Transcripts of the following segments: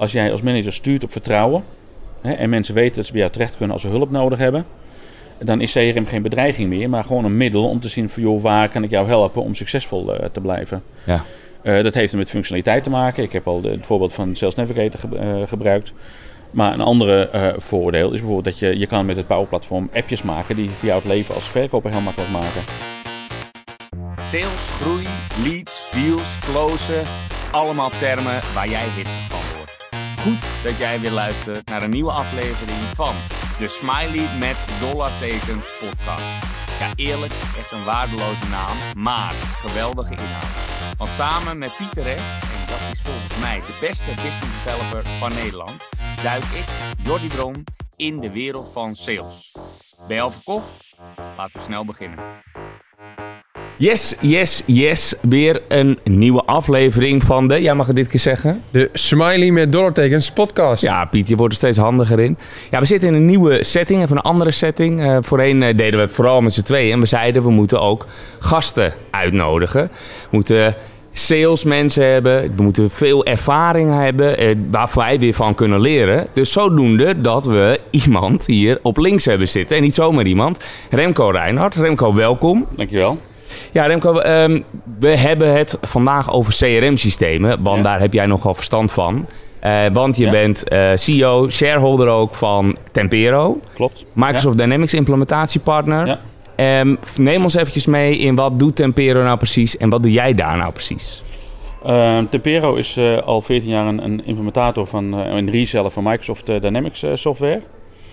als jij als manager stuurt op vertrouwen, en mensen weten dat ze bij jou terecht kunnen als ze hulp nodig hebben, dan is CRM geen bedreiging meer, maar gewoon een middel om te zien van, joh, waar kan ik jou helpen om succesvol te blijven. Ja. Dat heeft met functionaliteit te maken. Ik heb al het voorbeeld van Sales Navigator gebruikt. Maar een andere voordeel is bijvoorbeeld dat je kan met het Power Platform appjes maken die voor jou het leven als verkoper heel makkelijk maken. Sales, groei, leads, deals, closen, allemaal termen waar jij hitsig van wordt. Goed dat jij weer luistert naar een nieuwe aflevering van de Smiley met dollartekens podcast. Ja, eerlijk, echt een waardeloze naam, maar geweldige inhoud. Want samen met Pieter Res, en dat is volgens mij de beste business developer van Nederland, duik ik, Jordi Bron, in de wereld van sales. Ben je al verkocht? Laten we snel beginnen. Yes. Weer een nieuwe aflevering van de... Jij mag het dit keer zeggen. De Smiley met dollartekens podcast. Ja, Piet, je wordt er steeds handiger in. Ja, we zitten in een nieuwe setting, even een andere setting. Voorheen deden we het vooral met z'n tweeën. En we zeiden, we moeten ook gasten uitnodigen. We moeten salesmensen hebben. We moeten veel ervaring hebben waar wij weer van kunnen leren. Dus zodoende dat we iemand hier op links hebben zitten. En niet zomaar iemand. Remco Reinhardt. Remco, welkom. Dankjewel. Ja, Remco, we hebben het vandaag over CRM-systemen, want daar heb jij nogal verstand van. Want je bent CEO, shareholder ook van Tempero. Klopt. Microsoft Dynamics implementatiepartner. Ja. Neem ons eventjes mee in wat doet Tempero nou precies en wat doe jij daar nou precies? Tempero is al 14 jaar een implementator een reseller van Microsoft Dynamics software.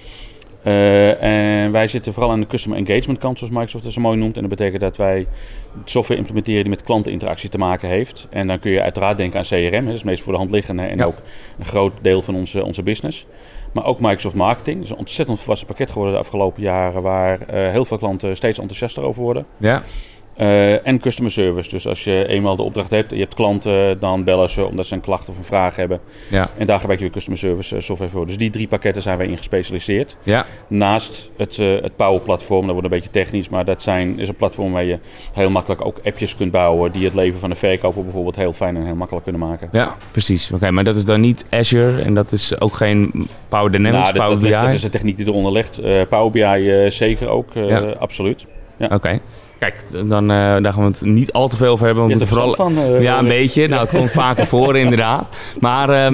En wij zitten vooral aan de customer engagement kant, zoals Microsoft het zo mooi noemt. En dat betekent dat wij software implementeren die met klanteninteractie te maken heeft. En dan kun je uiteraard denken aan CRM, dat is het meest voor de hand liggende en ook een groot deel van onze business. Maar ook Microsoft Marketing. Dat is een ontzettend volwassen pakket geworden de afgelopen jaren, waar heel veel klanten steeds enthousiaster over worden. Ja. En customer service. Dus als je eenmaal de opdracht hebt en je hebt klanten, dan bellen ze omdat ze een klacht of een vraag hebben. Ja. En daar gebruik je customer service software voor. Dus die 3 pakketten zijn wij in gespecialiseerd. Ja. Naast het Power Platform, dat wordt een beetje technisch, maar dat is een platform waar je heel makkelijk ook appjes kunt bouwen die het leven van de verkoper bijvoorbeeld heel fijn en heel makkelijk kunnen maken. Ja, precies. Oké, maar dat is dan niet Azure en dat is ook geen Power Dynamics, Power BI? Dat is de techniek die eronder ligt. Power BI zeker ook, absoluut. Ja. Oké. Kijk, daar gaan we het niet al te veel over hebben. Je hebt er vooral van? Ja, een beetje. Nou, het komt vaker voor inderdaad. Maar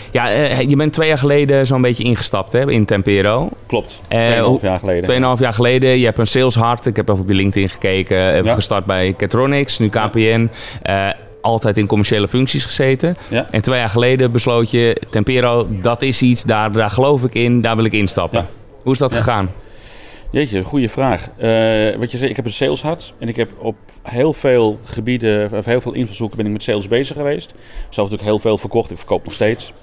je bent 2 jaar geleden zo'n beetje ingestapt in Tempero. Klopt, 2,5 jaar geleden. 2,5 jaar geleden. Je hebt een sales hart. Ik heb even op je LinkedIn gekeken. Heb gestart bij Catronics, nu KPN. Altijd in commerciële functies gezeten. Ja. En 2 jaar geleden besloot je, Tempero, dat is iets, daar geloof ik in, daar wil ik instappen. Ja. Hoe is dat gegaan? Jeetje, goede vraag. Wat je zei, ik heb een sales hart en ik heb op heel veel gebieden, of heel veel invalshoeken ben ik met sales bezig geweest. Zelf heb ik heel veel verkocht, ik verkoop nog steeds.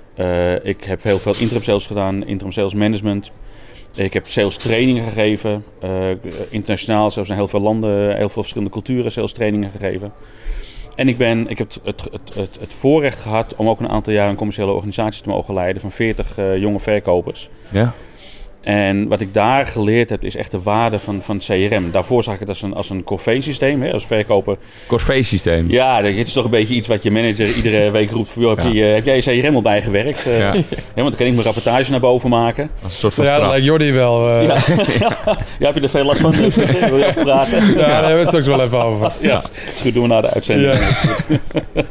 Ik heb heel veel interim sales gedaan, interim sales management. Ik heb sales trainingen gegeven, internationaal, zelfs in heel veel landen, heel veel verschillende culturen sales trainingen gegeven. En ik heb het voorrecht gehad om ook een aantal jaar een commerciële organisatie te mogen leiden van 40 jonge verkopers. Ja. En wat ik daar geleerd heb, is echt de waarde van CRM. Daarvoor zag ik het als een corvée-systeem, als verkoper. Corvée-systeem? Ja, het is toch een beetje iets wat je manager iedere week roept van, joh, heb jij je CRM al bijgewerkt? Want dan kan ik mijn rapportage naar boven maken. Als een soort van straf. Dat lijkt Jordi wel. Ja, heb je er veel last van? Wil je even praten? Ja, daar hebben we het straks wel even over. Ja, goed, doen we na de uitzending. Ja.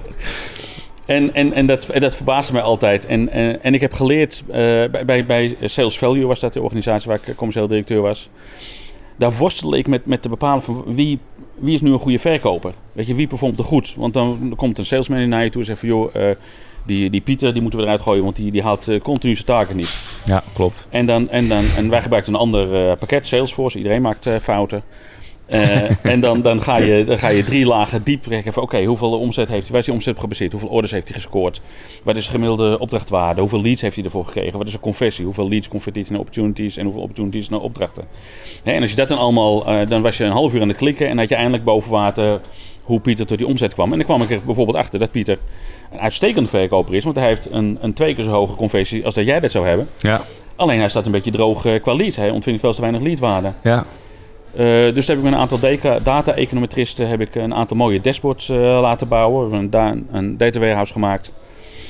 En dat verbaasde mij altijd. En ik heb geleerd, bij Sales Value was dat de organisatie waar ik commercieel directeur was. Daar worstelde ik met te bepalen van wie is nu een goede verkoper. Weet je, wie performt er goed? Want dan komt een salesman naar je toe en zegt van, joh, die Pieter, die moeten we eruit gooien, want die haalt continu zijn taken niet. Ja, klopt. En wij gebruikten een ander pakket, Salesforce. Iedereen maakt fouten. En dan ga je 3 lagen diep kijken van oké, hoeveel omzet heeft hij? Waar is die omzet op gebaseerd? Hoeveel orders heeft hij gescoord? Wat is de gemiddelde opdrachtwaarde? Hoeveel leads heeft hij ervoor gekregen? Wat is de conversie? Hoeveel leads converteert hij naar opportunities en hoeveel opportunities naar opdrachten? En als je dat dan allemaal, dan was je een half uur aan het klikken en had je eindelijk boven water hoe Pieter tot die omzet kwam. En dan kwam ik er bijvoorbeeld achter dat Pieter een uitstekende verkoper is, want hij heeft een 2 keer zo hoge conversie als dat jij dat zou hebben. Ja. Alleen hij staat een beetje droog qua leads. Hij ontvingt veel te weinig leadwaarde. Ja. Dus heb ik met een aantal data-econometristen een aantal mooie dashboards laten bouwen. We hebben een data warehouse gemaakt.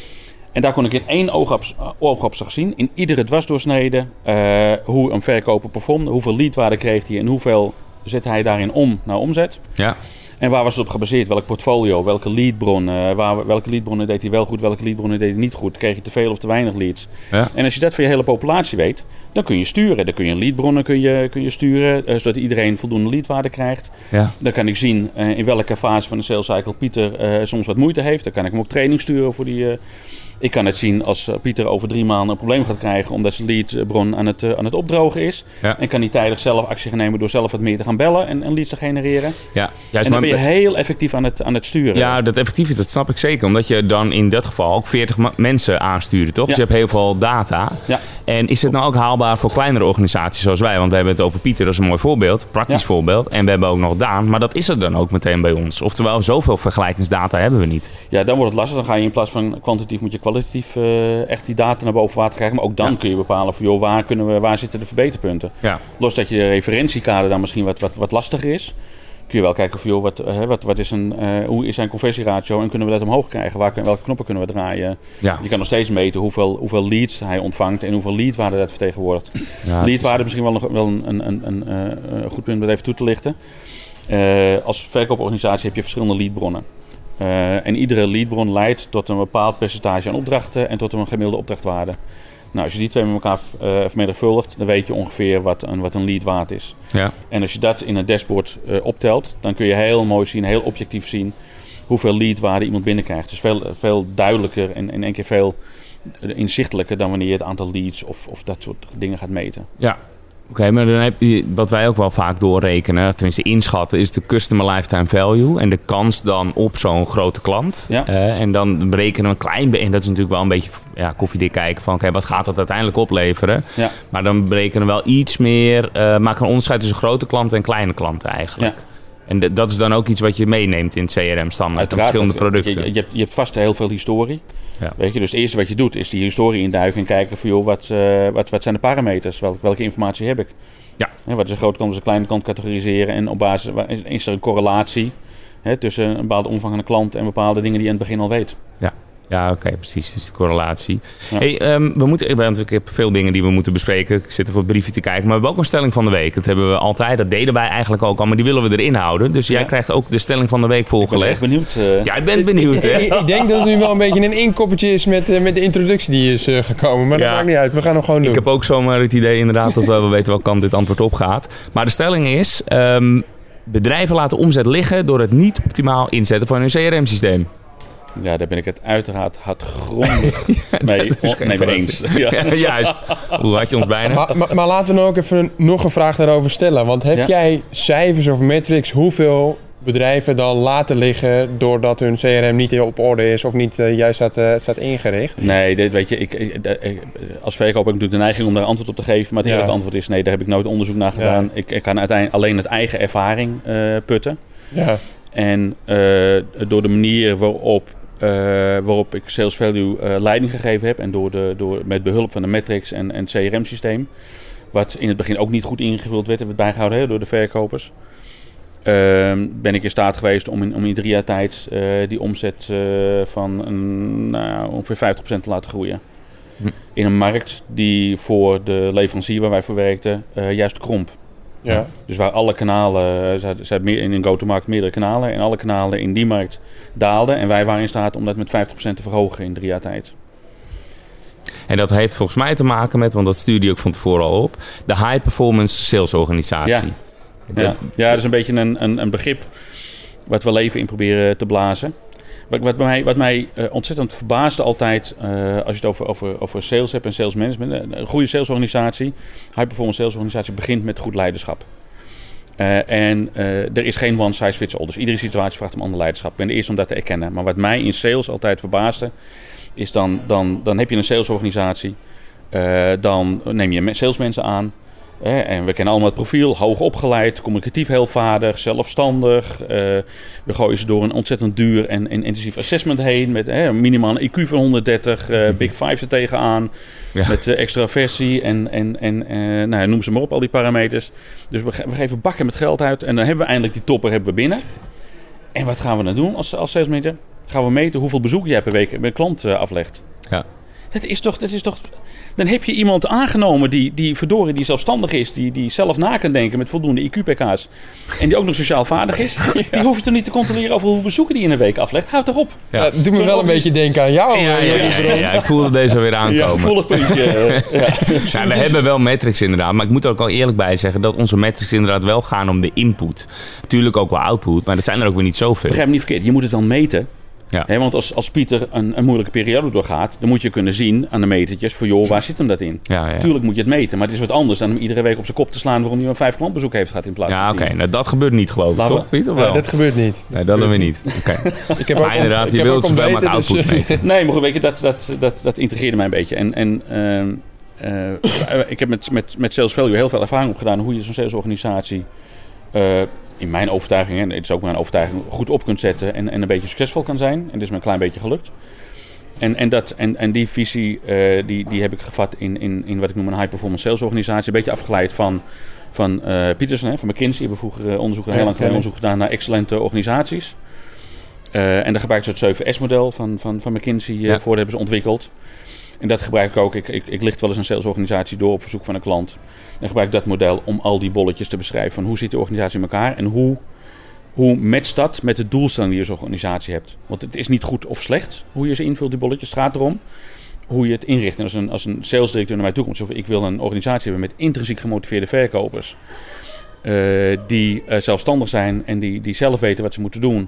En daar kon ik in 1 oogopslag zien, in iedere dwarsdoorsnede, hoe een verkoper performde, hoeveel leadwaarde kreeg hij en hoeveel zet hij daarin om naar omzet. Ja. En waar was het op gebaseerd? Welk portfolio, welke leadbron, welke leadbronnen deed hij wel goed, welke leadbronnen deed hij niet goed? Kreeg je te veel of te weinig leads? Ja. En als je dat voor je hele populatie weet, dan kun je sturen. Dan kun je leadbronnen kun je sturen, zodat iedereen voldoende leadwaarde krijgt. Ja. Dan kan ik zien in welke fase van de sales cycle Pieter soms wat moeite heeft. Dan kan ik hem ook training sturen voor die... Ik kan het zien als Pieter over 3 maanden een probleem gaat krijgen omdat zijn leadbron aan het opdrogen is. Ja. En kan hij tijdig zelf actie gaan nemen door zelf wat meer te gaan bellen en leads te genereren. Ja. En dan ben je heel effectief aan het sturen. Ja, dat effectief is, dat snap ik zeker. Omdat je dan in dat geval ook 40 mensen aanstuurt, toch? Ja. Dus je hebt heel veel data. Ja. En is het nou ook haalbaar voor kleinere organisaties zoals wij? Want we hebben het over Pieter, dat is een mooi voorbeeld, praktisch voorbeeld. En we hebben ook nog Daan, maar dat is er dan ook meteen bij ons. Oftewel, zoveel vergelijkingsdata hebben we niet. Ja, dan wordt het lastig. Dan ga je in plaats van kwantitatief moet je kwalitatief echt die data naar boven water krijgen. Maar ook dan kun je bepalen van, joh, waar zitten de verbeterpunten. Ja. Los dat je de referentiekader dan misschien wat lastiger is. Kun je wel kijken van, joh, hoe is zijn conversieratio en kunnen we dat omhoog krijgen? Welke knoppen kunnen we draaien? Ja. Je kan nog steeds meten hoeveel leads hij ontvangt en hoeveel leadwaarde dat vertegenwoordigt. Ja, Leadwaarde is misschien wel een goed punt om dat even toe te lichten. Als verkooporganisatie heb je verschillende leadbronnen. En iedere leadbron leidt tot een bepaald percentage aan opdrachten en tot een gemiddelde opdrachtwaarde. Nou, als je die twee met elkaar vermenigvuldigt, dan weet je ongeveer wat een lead waard is. Ja. En als je dat in een dashboard optelt, dan kun je heel mooi zien, heel objectief zien hoeveel leadwaarde iemand binnenkrijgt. Dus veel duidelijker en in één keer veel inzichtelijker dan wanneer je het aantal leads of dat soort dingen gaat meten. Ja. Oké, maar dan heb je, wat wij ook wel vaak doorrekenen, tenminste inschatten, is de customer lifetime value en de kans dan op zo'n grote klant. Ja. En dan berekenen we een klein beetje, en dat is natuurlijk wel een beetje koffiedik kijken van oké, wat gaat dat uiteindelijk opleveren? Ja. Maar dan berekenen we wel iets meer, maken een onderscheid tussen grote klanten en kleine klanten eigenlijk. Ja. En dat is dan ook iets wat je meeneemt in het CRM-standaard, van verschillende producten. Je hebt vast heel veel historie. Ja. Weet je, dus het eerste wat je doet is die historie induiken en kijken van joh, wat zijn de parameters? Welke informatie heb ik? Ja. Wat is een grote kant, wat is een kleine kant categoriseren en op basis is er een correlatie tussen een bepaalde omvang van een klant en bepaalde dingen die je aan het begin al weet. Ja, oké, precies. Dus de correlatie. Ja. Hey, want ik heb veel dingen die we moeten bespreken. Ik zit even op het briefje te kijken. Maar we hebben ook een stelling van de week. Dat hebben we altijd. Dat deden wij eigenlijk ook al. Maar die willen we erin houden. Dus jij krijgt ook de stelling van de week voorgelegd. Ik ben echt benieuwd. Jij bent benieuwd, hè? Ik denk dat het nu wel een beetje een inkoppertje is met de introductie die is gekomen. Maar dat maakt niet uit. We gaan hem gewoon doen. Ik heb ook zomaar het idee inderdaad dat we weten welke kant dit antwoord op gaat. Maar de stelling is... bedrijven laten omzet liggen door het niet optimaal inzetten van hun CRM-systeem. Ja, daar ben ik het uiteraard hardgrondig mee eens. Ja, juist. Hoe had je ons bijna? Maar laten we nou ook even nog een vraag daarover stellen. Want heb jij cijfers of metrics hoeveel bedrijven dan laten liggen doordat hun CRM niet op orde is of niet juist staat ingericht? Nee, weet je, als verkoper heb ik natuurlijk de neiging om daar antwoord op te geven. Maar het eerlijke antwoord is nee, daar heb ik nooit onderzoek naar gedaan. Ja. Ik kan uiteindelijk alleen het eigen ervaring putten. Ja. En door de manier waarop ik sales value leiding gegeven heb en met behulp van de metrics en het CRM-systeem, wat in het begin ook niet goed ingevuld werd bijgehouden door de verkopers, ben ik in staat geweest om in 3 jaar tijd die omzet van ongeveer 50% te laten groeien. In een markt die voor de leverancier waar wij voor werkten juist kromp. Ja. Dus waar alle kanalen, ze hadden in een go-to-market meerdere kanalen en alle kanalen in die markt daalden. En wij waren in staat om dat met 50% te verhogen in 3 jaar tijd. En dat heeft volgens mij te maken met, want dat stuurde je ook van tevoren al op, de high performance sales organisatie. Ja, dat is een beetje een begrip wat we leven in proberen te blazen. Wat mij ontzettend verbaasde altijd, als je het over sales hebt en sales management. Een goede salesorganisatie, high performance salesorganisatie begint met goed leiderschap. Er is geen one size fits all. Dus iedere situatie vraagt om ander leiderschap. Ik ben de eerste om dat te erkennen. Maar wat mij in sales altijd verbaasde, is dan heb je een salesorganisatie. Dan neem je salesmensen aan. En we kennen allemaal het profiel, hoog opgeleid, communicatief heel vaardig, zelfstandig. We gooien ze door een ontzettend duur en intensief assessment heen met minimaal een IQ van 130, Big Five er tegenaan, met extraversie en noem ze maar op, al die parameters. Dus we geven bakken met geld uit en dan hebben we eindelijk die topper binnen. En wat gaan we dan doen als sales manager? Gaan we meten hoeveel bezoeken jij per week een klant aflegt. Ja. Dat is toch... Dan heb je iemand aangenomen die zelfstandig is. Die zelf na kan denken met voldoende IQ-PK's. En die ook nog sociaal vaardig is. Die hoef je toch niet te controleren over hoeveel bezoeken die in een week aflegt. Houd toch op. Ja. Doe me wel een beetje denken aan jou. Ja, ik voelde deze weer aankomen. Ja, gevoelig puntje. Ja, we hebben wel metrics inderdaad. Maar ik moet er ook al eerlijk bij zeggen dat onze metrics inderdaad wel gaan om de input. Natuurlijk ook wel output. Maar dat zijn er ook weer niet zoveel. Begrijp me niet verkeerd. Je moet het dan meten. Ja. He, want als Pieter een moeilijke periode doorgaat, dan moet je kunnen zien aan de metertjes van joh, waar zit hem dat in? Ja. Tuurlijk moet je het meten, maar het is wat anders dan hem iedere week op zijn kop te slaan waarom hij een 5 klantbezoek heeft gehad in plaats van 10. Ja, oké. Nou, dat gebeurt niet geloof ik, toch Pieter? Nee, dat gebeurt niet. Nee, dat doen we niet. Okay. Maar inderdaad, je wilt zoveel mogelijk output meten. Nee, maar goed, weet je, dat intrigeerde mij een beetje. Ik heb met Sales Value heel veel ervaring opgedaan hoe je zo'n salesorganisatie in mijn overtuiging, en het is ook mijn overtuiging, goed op kunt zetten en een beetje succesvol kan zijn. En dat is me een klein beetje gelukt. En die visie die heb ik gevat in wat ik noem een high-performance salesorganisatie. Een beetje afgeleid van Peterson, van McKinsey. We hebben vroeger heel lang geleden onderzoek gedaan naar excellente organisaties. En daar gebruik ze het 7S-model van McKinsey voor, dat hebben ze ontwikkeld. En dat gebruik ik ook. Ik licht wel eens een salesorganisatie door op verzoek van een klant. En gebruik dat model om al die bolletjes te beschrijven. Van hoe zit de organisatie in elkaar en hoe matcht dat met de doelstelling die je als organisatie hebt. Want het is niet goed of slecht hoe je ze invult, die bolletjes. Het gaat erom hoe je het inricht. En als een salesdirecteur naar mij toe komt en zegt, ik wil een organisatie hebben met intrinsiek gemotiveerde verkopers. Die zelfstandig zijn en die zelf weten wat ze moeten doen.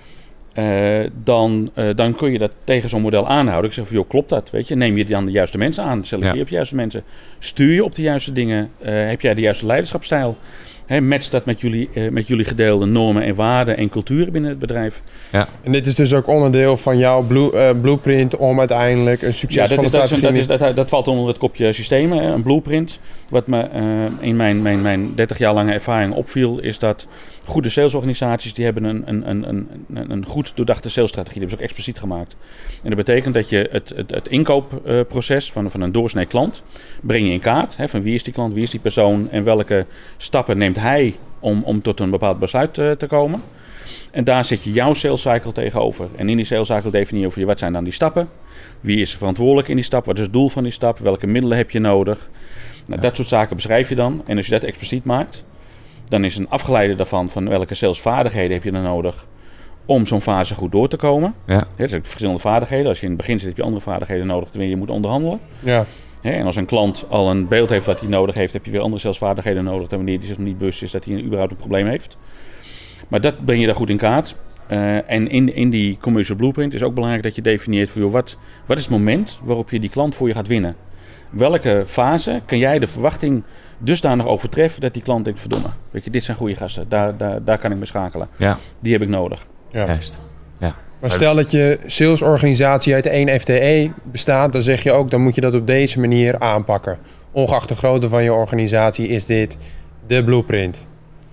Dan kun je dat tegen zo'n model aanhouden. Ik zeg van, joh, klopt dat? Weet je? Neem je dan de juiste mensen aan? Selecteer je op de juiste mensen? Stuur je op de juiste dingen? Heb jij de juiste leiderschapsstijl? Matcht dat met jullie gedeelde normen en waarden en culturen binnen het bedrijf? Ja. En dit is dus ook onderdeel van jouw blueprint om uiteindelijk een succesvolle strategie... Dat valt onder het kopje systemen, een blueprint. Wat me in mijn 30 jaar lange ervaring opviel, is dat goede salesorganisaties die hebben een goed doordachte salesstrategie. Die hebben ze ook expliciet gemaakt. En dat betekent dat je het inkoopproces van een doorsnee klant breng je in kaart. Van wie is die klant, wie is die persoon en welke stappen neemt hij om tot een bepaald besluit te komen. En daar zet je jouw sales cycle tegenover. En in die sales cycle definieer je wat zijn dan die stappen. Wie is verantwoordelijk in die stap? Wat is het doel van die stap? Welke middelen heb je nodig? Nou, dat soort zaken beschrijf je dan. En als je dat expliciet maakt, dan is een afgeleide daarvan van welke salesvaardigheden heb je dan nodig om zo'n fase goed door te komen. Ja. Er zijn verschillende vaardigheden. Als je in het begin zit, heb je andere vaardigheden nodig wanneer je moet onderhandelen. Ja. En als een klant al een beeld heeft wat hij nodig heeft, heb je weer andere salesvaardigheden nodig dan wanneer hij zich niet bewust is dat hij überhaupt een probleem heeft. Maar dat breng je daar goed in kaart. En in die commercial blueprint is ook belangrijk dat je definieert voor, joh, wat is het moment waarop je die klant voor je gaat winnen? Welke fase kan jij de verwachting dusdanig overtreffen dat die klant denkt, verdomme, weet je, dit zijn goede gasten, daar kan ik mee schakelen. Ja. Die heb ik nodig. Ja. Juist. Ja. Maar stel dat je salesorganisatie uit 1 FTE bestaat, dan zeg je ook, dan moet je dat op deze manier aanpakken. Ongeacht de grootte van je organisatie is dit de blueprint.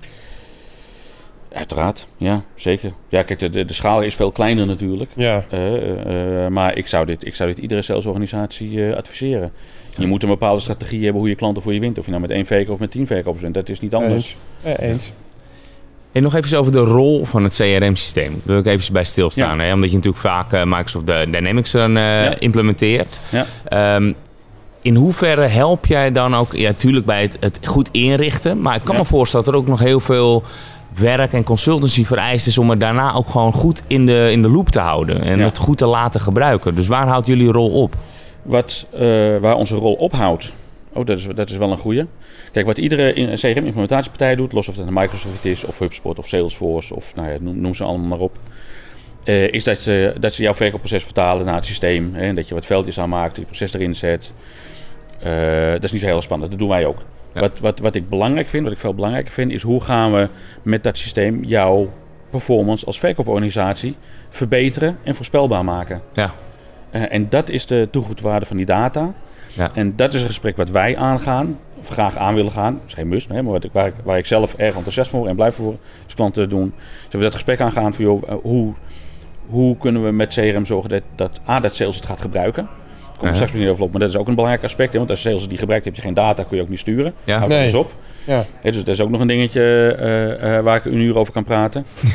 Uiteraard, ja, zeker. Ja, kijk, de schaal is veel kleiner natuurlijk. Ja. Maar ik zou dit iedere salesorganisatie adviseren. Je moet een bepaalde strategie hebben hoe je klanten voor je wint. Of je nou met 1 verkoper of met 10 verkopers bent. Dat is niet anders. Eens. En nog even over de rol van het CRM-systeem. Daar wil ik even bij stilstaan. Ja. Hè? Omdat je natuurlijk vaak Microsoft Dynamics implementeert. Ja. In hoeverre help jij dan ook... Ja, natuurlijk bij het goed inrichten. Maar ik kan me voorstellen dat er ook nog heel veel werk en consultancy vereist is om het daarna ook gewoon goed in de loop te houden. En het goed te laten gebruiken. Dus waar houdt jullie rol op? Waar onze rol ophoudt? Oh, dat is wel een goeie. Kijk, wat iedere CRM-implementatiepartij doet, los of het een Microsoft is, of HubSpot, of Salesforce, of noem ze allemaal maar op, is dat ze jouw verkoopproces vertalen naar het systeem. En dat je wat veldjes aanmaakt, je proces erin zet. Dat is niet zo heel spannend, dat doen wij ook. Ja. Wat ik veel belangrijker vind, is hoe gaan we met dat systeem jouw performance als verkooporganisatie verbeteren en voorspelbaar maken. Ja. En dat is de toegevoegde waarde van die data. Ja. En dat is een gesprek wat wij aangaan, of graag aan willen gaan. Dat is geen must, maar waar ik zelf erg enthousiast voor en blij voor als klanten doen. Zullen we dat gesprek aangaan van, joh, hoe kunnen we met CRM zorgen dat sales het gaat gebruiken? Daar kom ik straks niet over op, maar dat is ook een belangrijk aspect. Hè? Want als sales het niet gebruikt, heb je geen data, kun je ook niet sturen. Ja. Houd er eens op. Ja. Dus dat is ook nog een dingetje waar ik een uur over kan praten.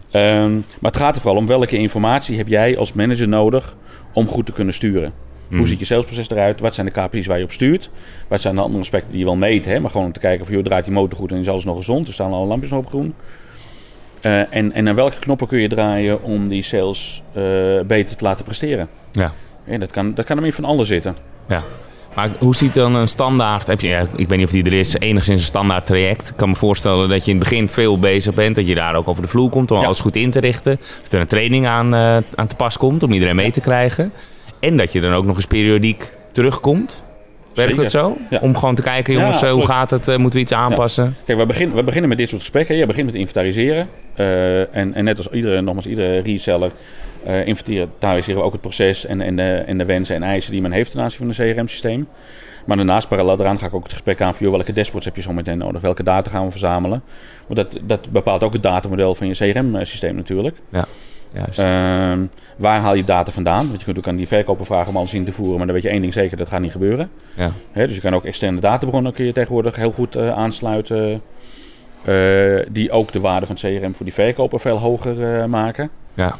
Maar het gaat er vooral om welke informatie heb jij als manager nodig om goed te kunnen sturen. Hoe ziet je salesproces eruit? Wat zijn de KPI's waar je op stuurt? Wat zijn de andere aspecten die je wel meet? Hè? Maar gewoon om te kijken van, draait die motor goed en is alles nog gezond? Er staan alle lampjes nog op groen. En aan welke knoppen kun je draaien om die sales beter te laten presteren? Ja. En dat kan er in van alles zitten. Ja. Maar hoe ziet dan een standaard... ik weet niet of die er is, enigszins een standaard traject. Ik kan me voorstellen dat je in het begin veel bezig bent. Dat je daar ook over de vloer komt om alles goed in te richten. Dat er een training aan te pas komt om iedereen mee te krijgen. En dat je dan ook nog eens periodiek terugkomt. Werkt dat zo? Ja. Om gewoon te kijken, jongens, hoe gaat het? Moeten we iets aanpassen? Ja. Kijk, we beginnen met dit soort gesprekken. Je begint met inventariseren. En net als iedere reseller... inventariseren we ook het proces en de wensen en eisen die men heeft ten aanzien van een CRM-systeem. Maar daarnaast, parallel daaraan, ga ik ook het gesprek aan van welke dashboards heb je zo meteen nodig? Welke data gaan we verzamelen? Want dat bepaalt ook het datamodel van je CRM-systeem natuurlijk. Ja, juist. Waar haal je data vandaan? Want je kunt ook aan die verkoper vragen om alles in te voeren, maar dan weet je één ding zeker, dat gaat niet gebeuren. Ja. Dus je kan ook externe databronnen kun je tegenwoordig heel goed aansluiten. Die ook de waarde van het CRM voor die verkoper veel hoger maken. Ja.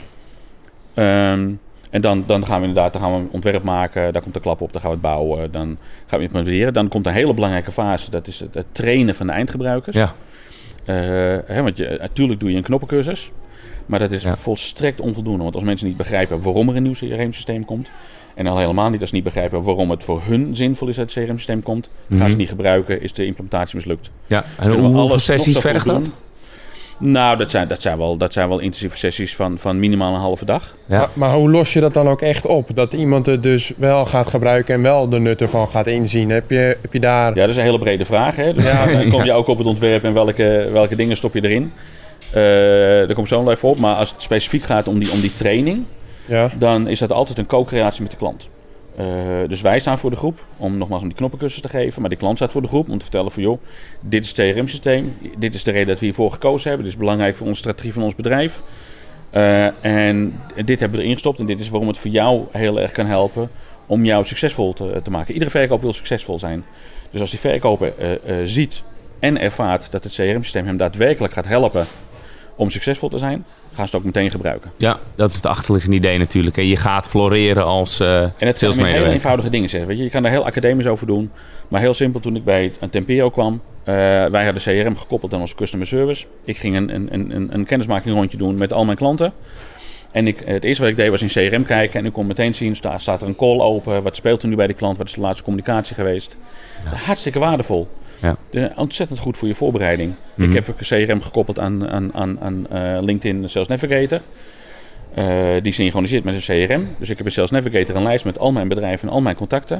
En dan gaan we inderdaad een ontwerp maken, daar komt de klap op, dan gaan we het bouwen, dan gaan we implementeren. Dan komt een hele belangrijke fase, dat is het trainen van de eindgebruikers. Ja. Want natuurlijk doe je een knoppencursus, maar dat is volstrekt onvoldoende. Want als mensen niet begrijpen waarom er een nieuw CRM-systeem komt, en al helemaal niet als ze niet begrijpen waarom het voor hun zinvol is dat het CRM-systeem komt, gaan ze niet gebruiken, is de implementatie mislukt. Ja. En hoeveel sessies vergt dat? Nou, dat zijn wel intensieve sessies van minimaal een halve dag. Ja. Maar hoe los je dat dan ook echt op? Dat iemand het dus wel gaat gebruiken en wel de nut ervan gaat inzien. Heb je daar... Ja, dat is een hele brede vraag. Hè? Dus dan kom je ook op het ontwerp en welke dingen stop je erin. Daar kom ik zo nog even op. Maar als het specifiek gaat om die training, dan is dat altijd een co-creatie met de klant. Dus wij staan voor de groep om nogmaals die knoppencursus te geven. Maar de klant staat voor de groep om te vertellen van dit is het CRM-systeem. Dit is de reden dat we hiervoor gekozen hebben. Dit is belangrijk voor onze strategie van ons bedrijf. En dit hebben we erin gestopt. En dit is waarom het voor jou heel erg kan helpen om jou succesvol te maken. Iedere verkoper wil succesvol zijn. Dus als die verkoper ziet en ervaart dat het CRM-systeem hem daadwerkelijk gaat helpen om succesvol te zijn, gaan ze het ook meteen gebruiken. Ja, dat is het achterliggende idee natuurlijk. En je gaat floreren als salesmedewerker. En het zijn hele eenvoudige dingen zeggen. Weet je kan daar heel academisch over doen. Maar heel simpel, toen ik bij Tempero kwam, wij hadden CRM gekoppeld aan onze customer service. Ik ging een kennismaking rondje doen met al mijn klanten. En het eerste wat ik deed was in CRM kijken. En ik kon meteen zien, daar staat er een call open. Wat speelt er nu bij de klant? Wat is de laatste communicatie geweest? Ja. Hartstikke waardevol. Ja. Ontzettend goed voor je voorbereiding. Ik heb CRM gekoppeld aan LinkedIn Sales Navigator. Die synchroniseert met een CRM. Dus ik heb in Sales Navigator een lijst met al mijn bedrijven en al mijn contacten.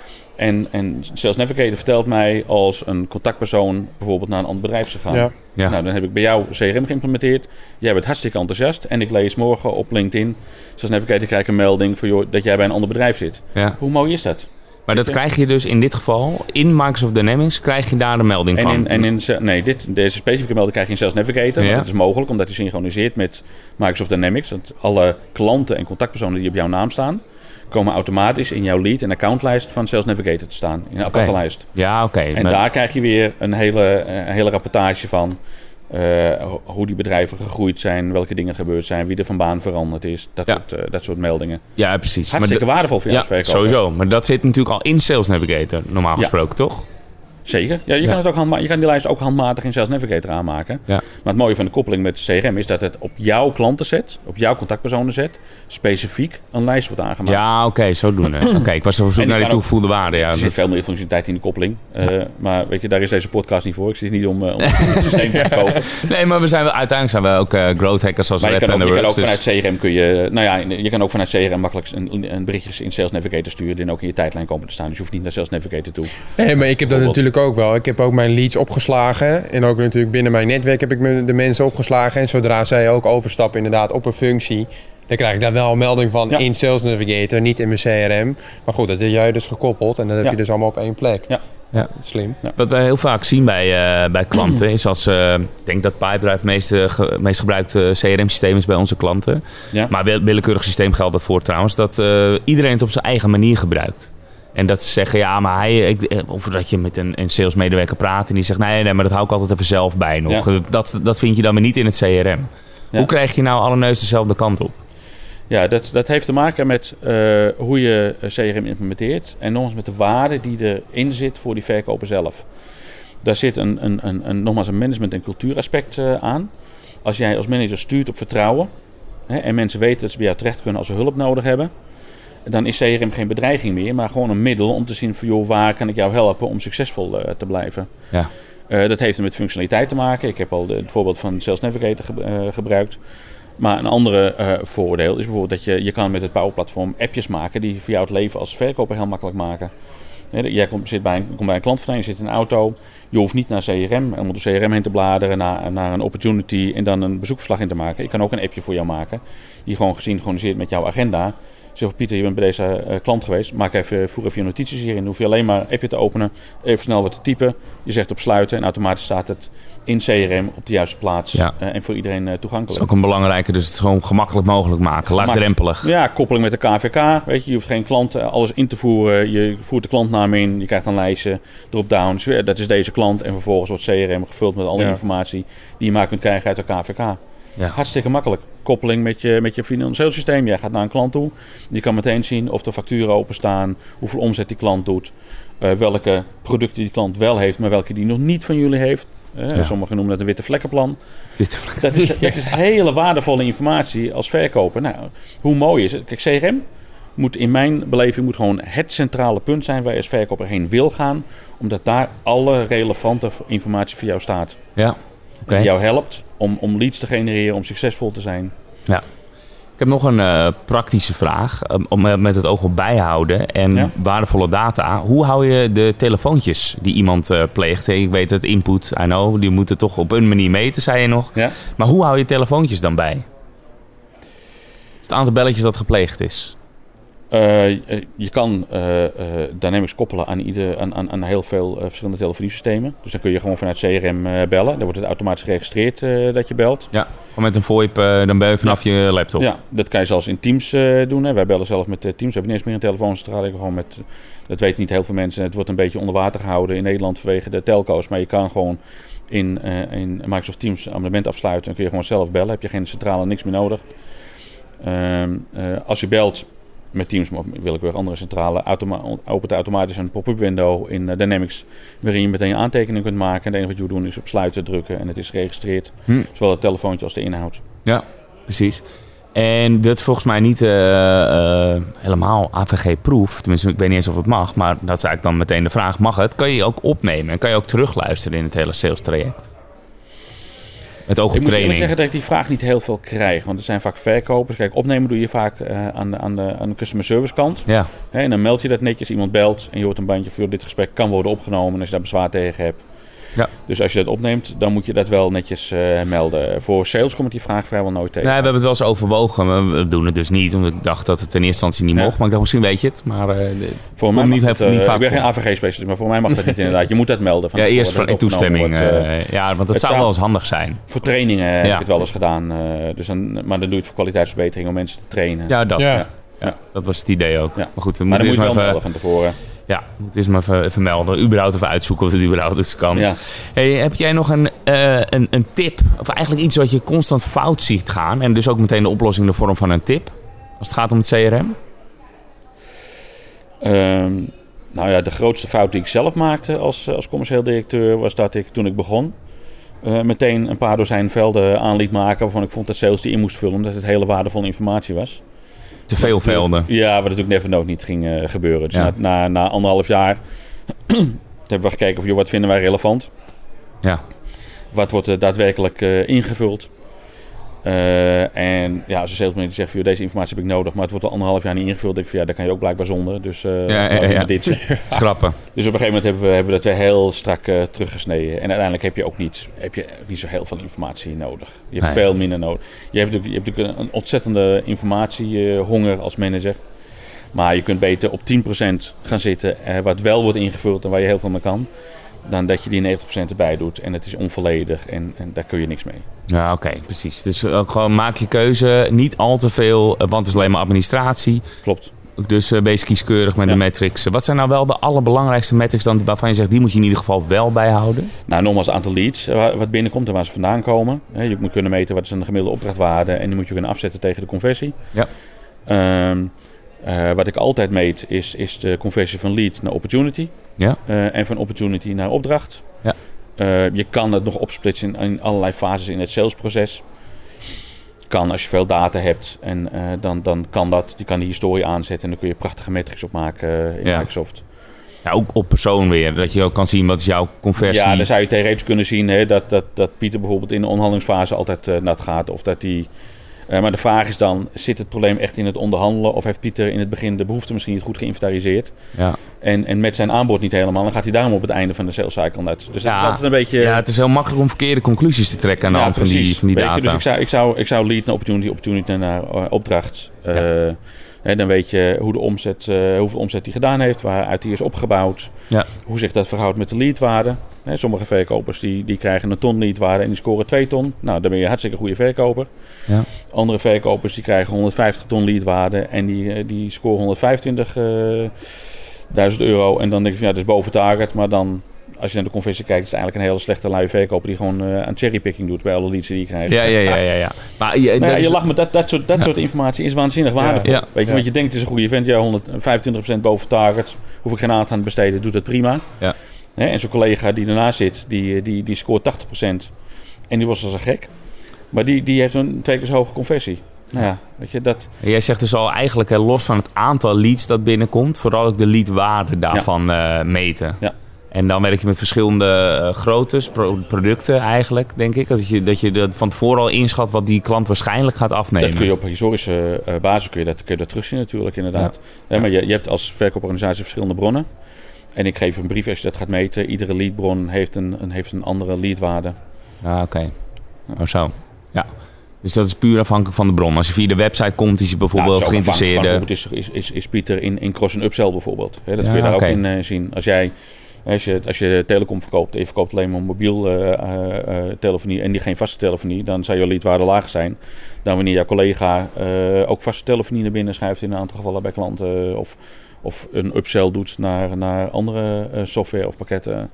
En Sales Navigator vertelt mij als een contactpersoon bijvoorbeeld naar een ander bedrijf is gegaan. Ja. Ja. Nou, dan heb ik bij jou CRM geïmplementeerd. Jij bent hartstikke enthousiast. En ik lees morgen op LinkedIn, Sales Navigator krijg ik een melding van dat jij bij een ander bedrijf zit. Ja. Hoe mooi is dat? Maar dat krijg je dus in dit geval, in Microsoft Dynamics, krijg je daar de melding van? Deze specifieke melding krijg je in Sales Navigator. Ja. Dat is mogelijk, omdat hij synchroniseert met Microsoft Dynamics. Dat alle klanten en contactpersonen die op jouw naam staan, komen automatisch in jouw lead- en accountlijst van Sales Navigator te staan. In een aparte lijst. Ja, oké. En daar krijg je weer een hele rapportage van. Hoe die bedrijven gegroeid zijn, welke dingen gebeurd zijn, wie er van baan veranderd is. Dat soort meldingen. Ja, precies. Hartstikke waardevol voor jou als verkoper. Sowieso. Maar dat zit natuurlijk al in Sales Navigator, normaal gesproken, toch? Zeker. Ja, je kan die lijst ook handmatig in Sales Navigator aanmaken. Ja. Maar het mooie van de koppeling met CRM is dat het op jouw klantenset, op jouw contactpersonenset, specifiek een lijst wordt aangemaakt. Ja, oké, zodoende. Oké, ik was op zoek naar die toegevoegde waarde. Ja, er zit veel meer functionaliteit in de koppeling. Maar weet je, daar is deze podcast niet voor. Ik zit niet om het systeem te verkopen. Nee, maar uiteindelijk zijn we ook growth hackers zoals Rap and the Works. Je kan ook vanuit CRM makkelijk een berichtjes in Sales Navigator sturen die ook in je tijdlijn komen te staan. Dus je hoeft niet naar Sales Navigator toe. Nee, maar ik heb dat natuurlijk ook wel. Ik heb ook mijn leads opgeslagen. En ook natuurlijk binnen mijn netwerk heb ik de mensen opgeslagen. En zodra zij ook overstappen inderdaad op een functie, dan krijg ik daar wel een melding van in Sales Navigator, niet in mijn CRM. Maar goed, dat heb jij dus gekoppeld. En dat heb je dus allemaal op één plek. Ja. Ja. Slim. Ja. Wat wij heel vaak zien bij klanten is als... ik denk dat Pipedrive het meest gebruikte CRM-systeem is bij onze klanten. Ja. Maar willekeurig systeem geldt dat voor trouwens. Dat iedereen het op zijn eigen manier gebruikt. En dat ze zeggen, maar of dat je met een salesmedewerker praat en die zegt, nee, maar dat hou ik altijd even zelf bij nog. Ja. Dat vind je dan maar niet in het CRM. Ja. Hoe krijg je nou alle neus dezelfde kant op? Ja, dat heeft te maken met hoe je CRM implementeert. En nogmaals met de waarde die erin zit voor die verkoper zelf. Daar zit nogmaals een management- en cultuuraspect aan. Als jij als manager stuurt op vertrouwen... en mensen weten dat ze bij jou terecht kunnen als ze hulp nodig hebben... dan is CRM geen bedreiging meer, maar gewoon een middel om te zien van... joh, waar kan ik jou helpen om succesvol te blijven? Ja. Dat heeft met functionaliteit te maken. Ik heb al het voorbeeld van Sales Navigator gebruikt. Maar een andere voordeel is bijvoorbeeld dat je kan met het Power Platform appjes maken... die voor jou het leven als verkoper heel makkelijk maken. Jij komt bij een klant vandaan, je zit in een auto... Je hoeft niet naar CRM, om door CRM heen te bladeren, naar een opportunity en dan een bezoekverslag in te maken. Je kan ook een appje voor jou maken, die gewoon gesynchroniseerd met jouw agenda. Zeg, Pieter, je bent bij deze klant geweest, voer even je notities hierin. Dan hoef je alleen maar een appje te openen, even snel wat te typen. Je zegt op sluiten en automatisch staat het in CRM op de juiste plaats en voor iedereen toegankelijk. Dat is ook een belangrijke, dus het gewoon gemakkelijk mogelijk maken, laagdrempelig. Ja, koppeling met de KVK. Weet je hoeft geen klant alles in te voeren. Je voert de klantnaam in, je krijgt een lijstje, drop-downs. Dat is deze klant en vervolgens wordt CRM gevuld met alle informatie die je maar kunt krijgen uit de KVK. Ja. Hartstikke makkelijk. Koppeling met je financieel systeem. Jij gaat naar een klant toe. Je kan meteen zien of de facturen openstaan, hoeveel omzet die klant doet, welke producten die klant wel heeft, maar welke die nog niet van jullie heeft. Sommigen noemen dat een witte vlekkenplan. Dat is hele waardevolle informatie als verkoper. Nou, hoe mooi is het? Kijk, CRM moet in mijn beleving gewoon het centrale punt zijn waar je als verkoper heen wil gaan. Omdat daar alle relevante informatie voor jou staat. Ja. Okay. Die jou helpt om leads te genereren, om succesvol te zijn. Ja. Ik heb nog een praktische vraag. Met het oog op bijhouden en waardevolle data. Hoe hou je de telefoontjes die iemand pleegt? Ik weet het, input, I know. Die moeten toch op een manier meten, zei je nog. Ja. Maar hoe hou je telefoontjes dan bij? Het aantal belletjes dat gepleegd is. Je kan Dynamics koppelen aan heel veel verschillende telefoniesystemen. Dus dan kun je gewoon vanuit CRM bellen. Dan wordt het automatisch geregistreerd dat je belt. Ja, gewoon met een VoIP, dan bel je vanaf je laptop. Ja, dat kan je zelfs in Teams doen. Hè. Wij bellen zelf met Teams. We hebben niet eens meer een telefooncentrale. Dat weten niet heel veel mensen. Het wordt een beetje onder water gehouden in Nederland vanwege de telco's. Maar je kan gewoon in Microsoft Teams een abonnement afsluiten. Dan kun je gewoon zelf bellen. Heb je geen centrale, niks meer nodig. Als je belt met Teams, maar willekeurig andere centrale, opent automatisch een pop-up window in Dynamics, waarin je meteen je aantekeningen kunt maken. En het enige wat je moet doen is op sluiten drukken en het is geregistreerd. Zowel het telefoontje als de inhoud. Ja, precies. En dat is volgens mij niet helemaal AVG-proof. Tenminste, ik weet niet eens of het mag, maar dat is eigenlijk dan meteen de vraag. Mag het? Kan je ook opnemen en kan je ook terugluisteren in het hele sales traject? Met oog op training. Ik moet zeggen dat ik die vraag niet heel veel krijg. Want het zijn vaak verkopers. Kijk, opnemen doe je vaak aan de customer service kant. Ja. En dan meld je dat netjes. Iemand belt en je hoort een bandje voor dit gesprek kan worden opgenomen. En als je daar bezwaar tegen hebt. Ja. Dus als je dat opneemt, dan moet je dat wel netjes melden. Voor sales komt die vraag vrijwel nooit tegen. Nee, we hebben het wel eens overwogen. Maar we doen het dus niet. Omdat ik dacht dat het in eerste instantie niet mocht. Maar ik dacht, misschien weet je het. Maar voor mij niet vaak. Ik ben geen AVG-specialist, maar voor mij mag dat niet inderdaad. Je moet dat melden. Van eerst voor toestemming. Want dat zou wel eens handig zijn. Voor trainingen heb ik het wel eens gedaan. Maar dan doe je het voor kwaliteitsverbetering om mensen te trainen. Ja, dat. Dat was het idee ook. Ja. Maar goed, maar dan moet je wel melden van tevoren. Ja, moet eens maar even melden. Überhaupt even uitzoeken of het überhaupt dus kan. Ja. Hey, heb jij nog een tip? Of eigenlijk iets wat je constant fout ziet gaan. En dus ook meteen de oplossing in de vorm van een tip. Als het gaat om het CRM? De grootste fout die ik zelf maakte als commercieel directeur was dat ik toen ik begon meteen een paar dozijn velden aan liet maken waarvan ik vond dat sales die in moest vullen omdat het hele waardevolle informatie was. Te veel velden. Ja, wat natuurlijk never niet ging gebeuren. Dus na 1,5 jaar hebben we gekeken of wat vinden wij relevant. Ja. Wat wordt er daadwerkelijk ingevuld. En als een salesmanager zegt, deze informatie heb ik nodig, maar het wordt al 1,5 jaar niet ingevuld. Denk ik daar kan je ook blijkbaar zonder. Dus dit schrappen. Dus op een gegeven moment hebben we dat weer heel strak teruggesneden. En uiteindelijk heb je ook niet zo heel veel informatie nodig. Je hebt veel minder nodig. Je hebt natuurlijk een ontzettende informatiehonger als manager. Maar je kunt beter op 10% gaan zitten wat wel wordt ingevuld en waar je heel veel mee kan. Dan dat je die 90% erbij doet en het is onvolledig en daar kun je niks mee. Ja, oké, precies. Dus ook gewoon maak je keuze, niet al te veel, want het is alleen maar administratie. Klopt. Dus wees kieskeurig met de metrics. Wat zijn nou wel de allerbelangrijkste metrics dan waarvan je zegt, die moet je in ieder geval wel bijhouden? Nou, nogmaals het aantal leads wat binnenkomt en waar ze vandaan komen. Je moet kunnen meten wat is een gemiddelde opdrachtwaarde en die moet je kunnen afzetten tegen de conversie. Ja. Wat ik altijd meet is de conversie van lead naar opportunity. Ja. En van opportunity naar opdracht. Ja. Je kan het nog opsplitsen in allerlei fases in het salesproces. Kan als je veel data hebt en dan kan dat. Je kan die historie aanzetten en dan kun je prachtige metrics opmaken in Microsoft. Ja, ook op persoon weer. Dat je ook kan zien wat is jouw conversie. Ja, dan zou je theoretisch kunnen zien dat Pieter bijvoorbeeld in de onderhandelingsfase altijd nat gaat. Of dat die... maar de vraag is dan, zit het probleem echt in het onderhandelen? Of heeft Pieter in het begin de behoefte misschien niet goed geïnventariseerd? Ja. Ja, het is heel makkelijk om verkeerde conclusies te trekken aan de hand van die data. Dus ik zou lead naar opportunity naar opdracht. Dan weet je hoe de omzet, hoeveel omzet hij gedaan heeft, waaruit hij is opgebouwd. Ja. Hoe zich dat verhoudt met de leadwaarde. Sommige verkopers die krijgen een ton leadwaarde en die scoren 2 ton. Nou, dan ben je hartstikke goede verkoper. Ja. Andere verkopers die krijgen 150 ton leadwaarde en die scoren 125.000 euro. En dan denk je van ja, dat is boven target. Maar dan, als je naar de conversie kijkt, is het eigenlijk een hele slechte luie verkoper die gewoon aan cherrypicking doet bij alle leads die je krijgt. Ja. Maar je lacht met dat soort informatie is waanzinnig waardevol. Ja. Weet je, want je denkt het is een goede event, ja, 125% boven target, hoef ik geen aandacht aan te besteden, doet dat prima. Ja. En zo'n collega die ernaast zit, die scoort 80% en die was als een gek. Maar die heeft een 2 keer zo hoge conversie. Nou ja, weet je, dat... Jij zegt dus al eigenlijk los van het aantal leads dat binnenkomt, vooral ook de leadwaarde daarvan meten. Ja. En dan werk je met verschillende groottes, producten eigenlijk, denk ik. Dat je dat van tevoren al inschat wat die klant waarschijnlijk gaat afnemen. Dat kun je op historische basis kun je dat terugzien natuurlijk, inderdaad. Ja. Maar je hebt als verkooporganisatie verschillende bronnen. En ik geef een brief als je dat gaat meten. Iedere leadbron heeft een andere leadwaarde. Ah, oké. Oh, zo. Ja. Dus dat is puur afhankelijk van de bron. Als je via de website komt, is je bijvoorbeeld geïnteresseerde... Is Pieter in cross- en upsell bijvoorbeeld. Dat kun je daar ook in zien. Als je telecom verkoopt en je verkoopt alleen maar mobiel telefonie en die geen vaste telefonie, dan zou je leadwaarde lager zijn dan wanneer jouw collega ook vaste telefonie naar binnen schuift in een aantal gevallen bij klanten of een upsell doet naar andere software of pakketten.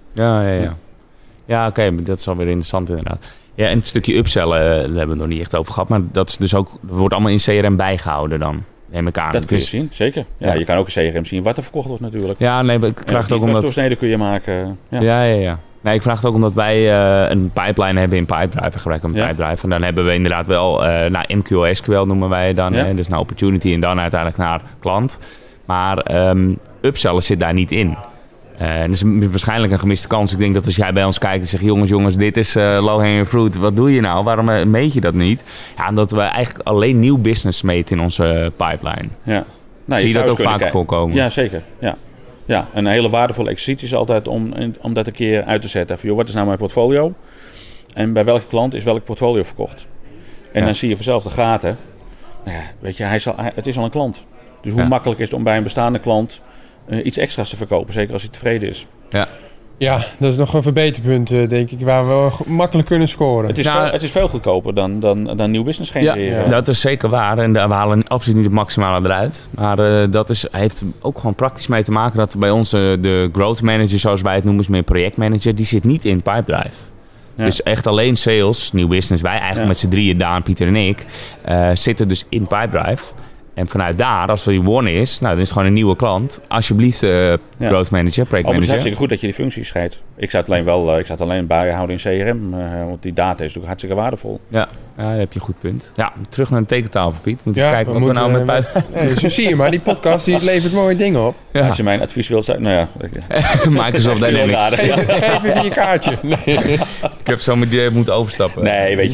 Ja, oké, dat is alweer interessant inderdaad. Ja, en het stukje upsellen, daar hebben we het nog niet echt over gehad, maar dat is dus ook, wordt allemaal in CRM bijgehouden dan. Dat kun je zien, zeker. Ja, je kan ook in CRM zien wat er verkocht wordt natuurlijk. Ja, nee, ik vraag het ook omdat... doorsneden kun je maken. Ja. Nee, ik vraag het ook omdat wij een pipeline hebben in Pipedrive. We gebruiken een Pipedrive. En dan hebben we inderdaad wel MQL, SQL noemen wij dan. Ja. Dus naar opportunity en dan uiteindelijk naar klant. Maar upsellen zit daar niet in. Dat is waarschijnlijk een gemiste kans. Ik denk dat als jij bij ons kijkt en zegt... jongens, dit is low-hanging fruit. Wat doe je nou? Waarom meet je dat niet? Ja, omdat we eigenlijk alleen nieuw business meten in onze pipeline. Ja. Nou, zie je dat ook vaak voorkomen? Ja, zeker. Ja, een hele waardevolle exercitie is altijd om dat een keer uit te zetten. Van, wat is nou mijn portfolio? En bij welke klant is welk portfolio verkocht? En dan zie je vanzelf de gaten. Nou ja, weet je, het is al een klant. Dus hoe makkelijk is het om bij een bestaande klant... iets extra's te verkopen, zeker als hij tevreden is. Ja, dat is nog een verbeterpunt, denk ik, waar we makkelijk kunnen scoren. Het is veel goedkoper dan nieuw business genereren. Ja, dat is zeker waar. En we halen absoluut niet het maximale eruit. Maar dat heeft ook gewoon praktisch mee te maken dat bij ons de growth manager, zoals wij het noemen, is meer projectmanager, die zit niet in Pipedrive. Ja. Dus echt alleen sales, nieuw business, wij eigenlijk met z'n drieën, Daan, Pieter en ik, zitten dus in Pipedrive. En vanuit daar, als er die won is, dan is het gewoon een nieuwe klant. Alsjeblieft, growth manager, project manager. Het is hartstikke goed dat je die functies scheidt. Ik zou het alleen bijhouden in CRM, want die data is natuurlijk hartstikke waardevol. Ja, daar heb je een goed punt. Ja, terug naar de tekentafel, Piet. Moeten we kijken wat we nou met zo zie je maar, die podcast die levert mooie dingen op. Ja. Als je mijn advies wilt zijn, nou ja. Microsoft Dynamics. Geef even je kaartje. Nee. Ik heb zo moeten overstappen. Nee, weet je,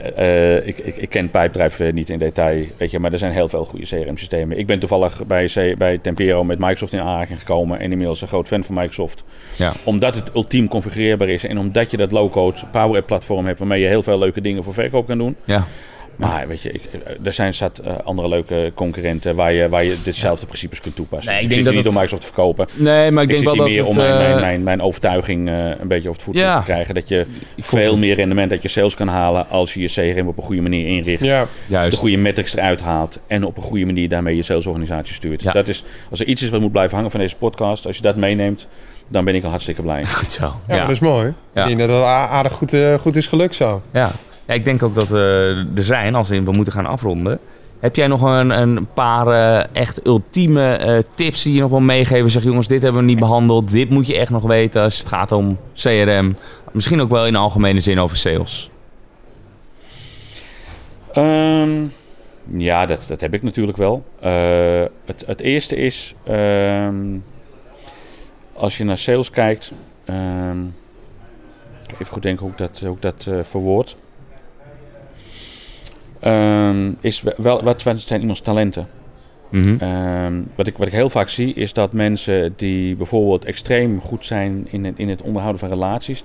ik ken Pipedrive niet in detail, weet je, maar er zijn heel veel goede CRM-systemen. Ik ben toevallig bij Tempero met Microsoft in aanraking gekomen en inmiddels een groot fan van Microsoft. Ja. Omdat het ultiem configureerbaar is en omdat je dat low-code Power App platform hebt waarmee je heel veel leuke dingen voor verkoop kan doen. Ja. Maar weet je, er zijn andere leuke concurrenten waar je ditzelfde principes kunt toepassen. Nee, Dus ik denk dat niet om Microsoft te verkopen. Nee, maar ik denk wel dat meer om mijn overtuiging een beetje over het voet te krijgen. Dat je veel meer rendement uit je sales kan halen als je je CRM op een goede manier inricht. Ja. Juist. De goede metrics eruit haalt en op een goede manier daarmee je salesorganisatie stuurt. Ja. Dat is, als er iets is wat moet blijven hangen van deze podcast, als je dat meeneemt, dan ben ik al hartstikke blij. Goed zo. Ja, dat is mooi. Ja. Ik denk dat het aardig goed is gelukt zo. Ja. Ja, ik denk ook dat er zijn, als we moeten gaan afronden. Heb jij nog een paar echt ultieme tips die je nog wil meegeven? Zeg, jongens, dit hebben we niet behandeld. Dit moet je echt nog weten als het gaat om CRM. Misschien ook wel in algemene zin over sales. Ja, dat heb ik natuurlijk wel. Het eerste is, als je naar sales kijkt, even goed denken hoe ik dat verwoord. Is wel, wat zijn iemands talenten? Mm-hmm. Wat ik heel vaak zie is dat mensen die bijvoorbeeld extreem goed zijn in het onderhouden van relaties,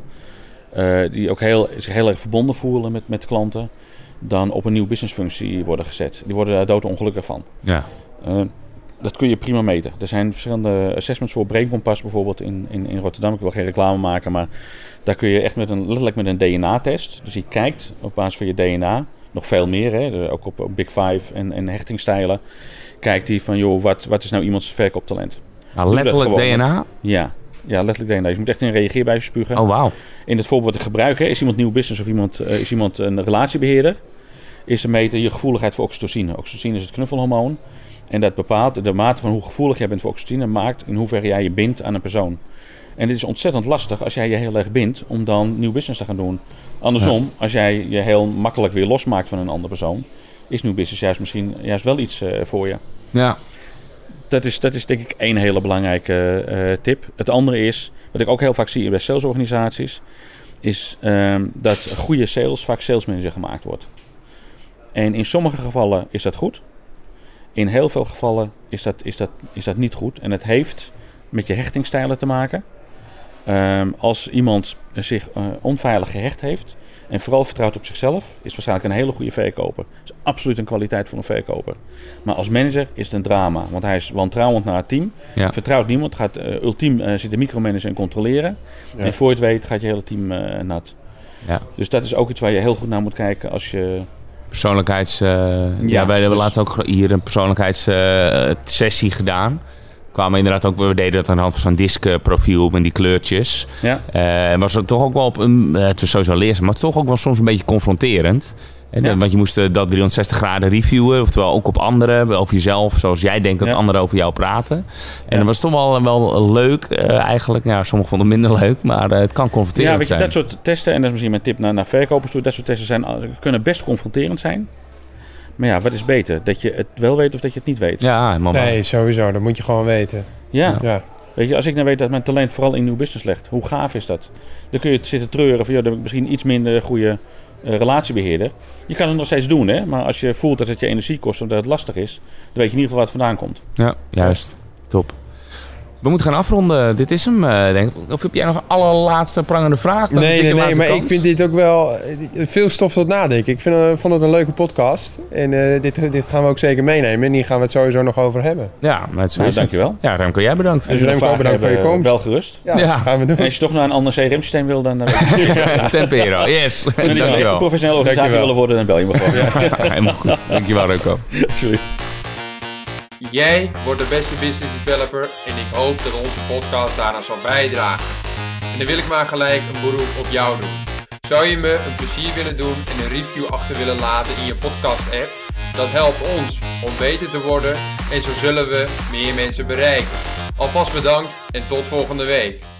die ook zich heel erg verbonden voelen met klanten, dan op een nieuwe businessfunctie worden gezet. Die worden daar doodongelukkig van. Ja. Dat kun je prima meten. Er zijn verschillende assessments voor. Brainkompas bijvoorbeeld in Rotterdam. Ik wil geen reclame maken, maar daar kun je echt letterlijk met een DNA-test. Dus je kijkt op basis van je DNA, nog veel meer, hè, ook op Big Five en hechtingstijlen, kijkt hij van, joh, wat is nou iemands verkooptalent? Nou, letterlijk DNA? Ja, letterlijk DNA. Je moet echt in een reageerbuisje spugen. Oh, wauw. In het voorbeeld wat ik gebruik, is iemand nieuw business of is iemand een relatiebeheerder, is te meten je gevoeligheid voor oxytocine. Oxytocine is het knuffelhormoon. En dat bepaalt de mate van hoe gevoelig jij bent voor oxytocine, maakt in hoeverre jij je bindt aan een persoon. En dit is ontzettend lastig als jij je heel erg bindt om dan nieuw business te gaan doen. Andersom, als jij je heel makkelijk weer losmaakt van een andere persoon, is nieuw business misschien wel iets voor je. Ja. Dat is denk ik één hele belangrijke tip. Het andere is, wat ik ook heel vaak zie bij salesorganisaties, is dat goede sales vaak salesmanager gemaakt wordt. En in sommige gevallen is dat goed. In heel veel gevallen is dat niet goed. En het heeft met je hechtingstijlen te maken. Als iemand zich onveilig gehecht heeft en vooral vertrouwt op zichzelf, is waarschijnlijk een hele goede verkoper. Dat is absoluut een kwaliteit voor een verkoper. Maar als manager is het een drama, want hij is wantrouwend naar het team. Ja. Vertrouwt niemand, gaat ultiem zitten micromanagen en controleren. Ja. En voor je het weet gaat je hele team nat. Ja. Dus dat is ook iets waar je heel goed naar moet kijken als je... Wij hebben laatst ook hier een persoonlijkheidssessie gedaan. We deden dat aan de hand van zo'n diskprofiel met die kleurtjes. Ja. Was het toch ook wel het was sowieso leerzaam, maar het was toch ook wel soms een beetje confronterend. Ja. Want je moest dat 360 graden reviewen, oftewel ook op anderen, over jezelf, zoals jij denkt dat anderen over jou praten. En dat was toch wel leuk eigenlijk. Ja, sommigen vonden het minder leuk, maar het kan confronterend zijn. Dat soort testen, en dat is misschien mijn tip naar verkopers toe, dat soort testen kunnen best confronterend zijn. Maar ja, wat is beter? Dat je het wel weet of dat je het niet weet? Ja, helemaal. Nee, sowieso. Dat moet je gewoon weten. Ja. Weet je, als ik nou weet dat mijn talent vooral in nieuw business ligt, hoe gaaf is dat? Dan kun je zitten treuren van, dan heb ik misschien iets minder goede relatiebeheerder. Je kan het nog steeds doen, hè? Maar als je voelt dat het je energie kost of dat het lastig is, dan weet je in ieder geval waar het vandaan komt. Ja, juist. Top. We moeten gaan afronden. Dit is hem, denk ik. Of heb jij nog een allerlaatste prangende vraag? Nee, maar ik vind dit ook wel veel stof tot nadenken. Ik vond het een leuke podcast. En dit gaan we ook zeker meenemen. En hier gaan we het sowieso nog over hebben. Ja, dankjewel. Ja, Remco, jij bedankt. En Remco, bedankt voor je komst. Wel gerust. Ja, gaan we doen. En als je toch naar een ander CRM-systeem wil, dan... Tempero, yes. En als je echt een professionele organisatie willen worden, dan bel je me gewoon. Ja, helemaal goed. Dankjewel, Remco. Sorry. Jij wordt de beste business developer en ik hoop dat onze podcast daaraan zal bijdragen. En dan wil ik maar gelijk een beroep op jou doen. Zou je me een plezier willen doen en een review achter willen laten in je podcast app? Dat helpt ons om beter te worden en zo zullen we meer mensen bereiken. Alvast bedankt en tot volgende week.